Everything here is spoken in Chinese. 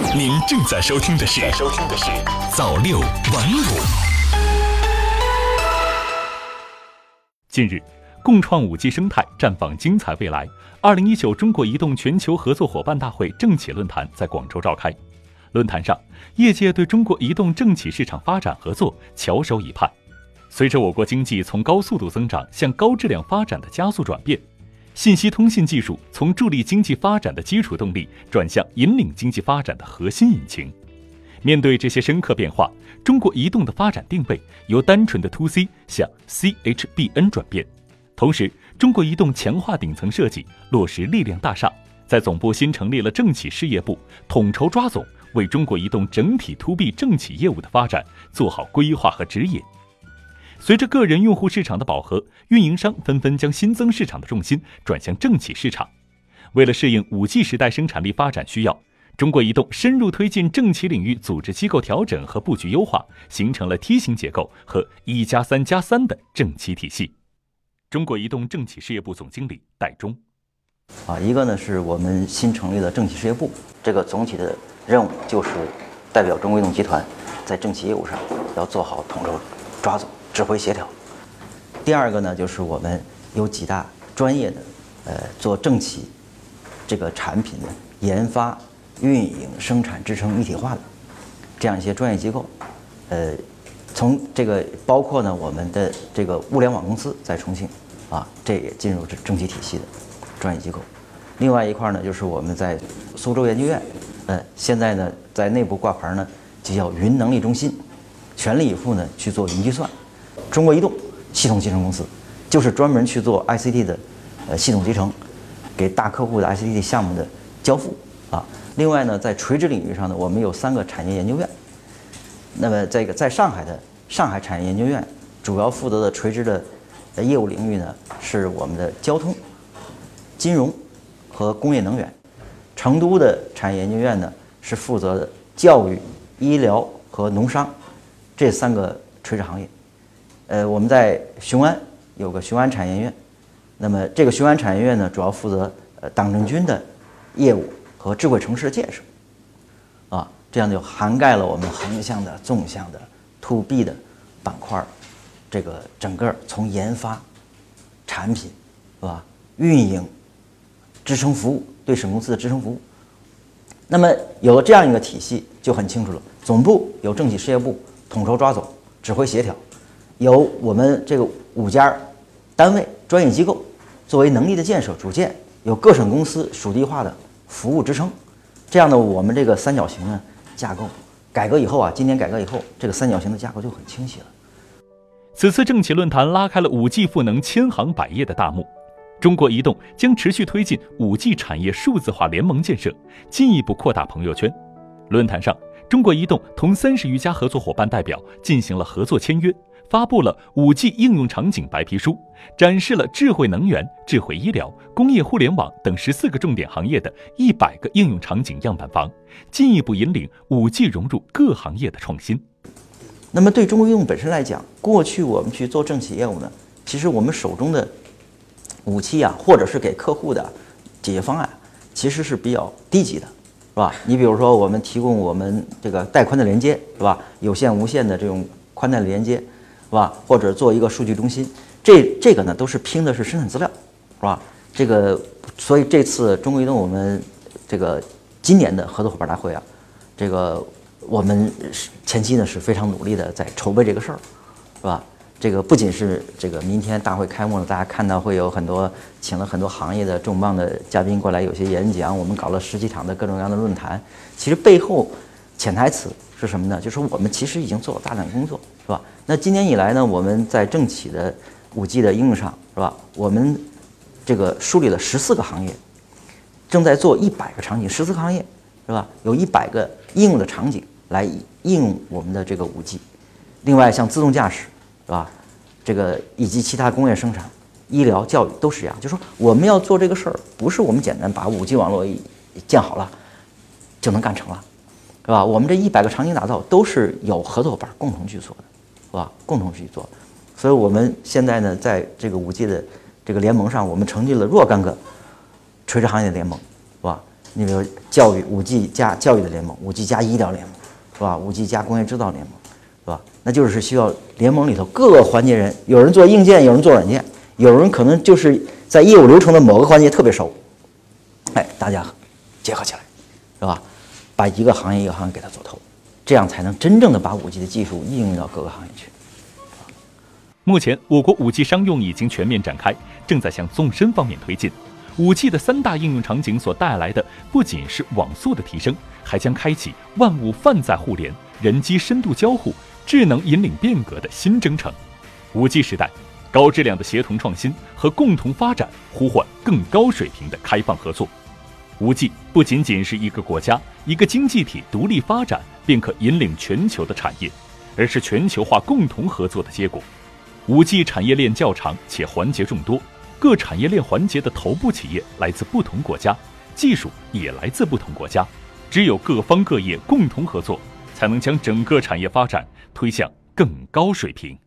您正在收听的是早六晚五。近日，共创 5G 生态，绽放精彩未来。2019中国移动全球合作伙伴大会政企论坛在广州召开。论坛上，业界对中国移动政企市场发展合作翘首以盼。随着我国经济从高速度增长向高质量发展的加速转变，信息通信技术从助力经济发展的基础动力转向引领经济发展的核心引擎。面对这些深刻变化，中国移动的发展定位由单纯的 To C 向 CHBN 转变。同时，中国移动强化顶层设计，落实力量大厦，在总部新成立了政企事业部，统筹抓总，为中国移动整体 To B 政企业务的发展做好规划和指引。随着个人用户市场的饱和，运营商纷纷将新增市场的重心转向政企市场。为了适应 5G 时代生产力发展需要，中国移动深入推进政企领域组织机构调整和布局优化，形成了梯形结构和1+3+3的政企体系。中国移动政企事业部总经理戴忠。 一个呢是我们新成立的政企事业部，这个总体的任务就是代表中国移动集团在政企业务上要做好统筹抓总、指挥协调。第二个呢就是我们有几大专业的做政企这个产品的研发、运营、生产、支撑一体化的这样一些专业机构，从这个包括呢我们的这个物联网公司在重庆这也进入政企体系的专业机构。另外一块呢就是我们在苏州研究院，现在呢在内部挂牌呢就叫云能力中心，全力以赴呢去做云计算。中国移动系统集成公司就是专门去做 ICT 的系统集成，给大客户的 ICT 项目的交付另外呢在垂直领域上呢我们有3个产业研究院。那么这个在上海的上海产业研究院主要负责的垂直的业务领域呢是我们的交通、金融和工业能源。成都的产业研究院呢是负责的教育、医疗和农商这3个垂直行业。我们在雄安有个雄安产业研院，那么这个雄安产业院呢主要负责党政军的业务和智慧城市的建设这样就涵盖了我们横向的、纵向的 To B 的板块，这个整个从研发、产品是吧、运营、支撑服务，对省公司的支撑服务。那么有了这样一个体系就很清楚了，总部有政企事业部统筹抓总、指挥协调，由我们这个5家单位专业机构作为能力的建设主建，有各省公司属地化的服务支撑。这样的我们这个三角形呢架构改革以后今年改革以后，这个三角形的架构就很清晰了。 此次政企论坛拉开了 5G 赋能千行百业的大幕。中国移动将持续推进 5G 产业数字化联盟建设，进一步扩大朋友圈。论坛上，中国移动同30余家合作伙伴代表进行了合作签约，发布了 5G 应用场景白皮书，展示了智慧能源、智慧医疗、工业互联网等14个重点行业的100个应用场景样板房，进一步引领 5G 融入各行业的创新。 那么对中国移动本身来讲，过去我们去做政企业务呢，其实我们手中的武器或者是给客户的解决方案，其实是比较低级的，是吧？你比如说我们提供我们这个带宽的连接，是吧？有线、无线的这种宽带的连接，是吧？或者做一个数据中心，这个呢都是拼的是生产资料，是吧？这个所以这次中国移动我们这个今年的合作伙伴大会这个我们前期呢是非常努力的在筹备这个事儿，是吧？这个不仅是这个明天大会开幕了，大家看到会有很多请了很多行业的重磅的嘉宾过来，有些演讲，我们搞了10几场的各种各样的论坛。其实背后潜台词是什么呢？就是我们其实已经做了大量工作，是吧？那今年以来呢，我们在政企的5G 的应用上，是吧？我们这个梳理了14个行业，正在做100个场景，14个行业，是吧？有100个应用的场景来应用我们的这个5G。另外，像自动驾驶，是吧？这个以及其他工业生产、医疗、教育都是这样。就是说，我们要做这个事儿，不是我们简单把5G 网络建好了就能干成了，是吧？我们这100个场景打造都是有合作伙伴共同去做的，是吧？共同去做。所以我们现在呢，在这个5G 的这个联盟上，我们成立了若干个垂直行业的联盟，是吧？ 你比如教育5G 加教育的联盟，5G 加医疗联盟，是吧？5G 加工业制造联盟，是吧？那就是需要联盟里头各个环节人，有人做硬件，有人做软件，有人可能就是在业务流程的某个环节特别熟，哎，大家结合起来，是吧？把一个行业给它做透，这样才能真正的把5G 的技术应用到各个行业去。 目前，我国5G 商用已经全面展开，正在向纵深方面推进。5G 的3大应用场景所带来的，不仅是网速的提升，还将开启万物泛在互联、人机深度交互、智能引领变革的新征程。5G 时代，高质量的协同创新和共同发展，呼唤更高水平的开放合作。5G 不仅仅是一个国家、一个经济体独立发展便可引领全球的产业，而是全球化共同合作的结果。5G 产业链较长且环节众多，各产业链环节的头部企业来自不同国家，技术也来自不同国家，只有各方各业共同合作，才能将整个产业发展推向更高水平。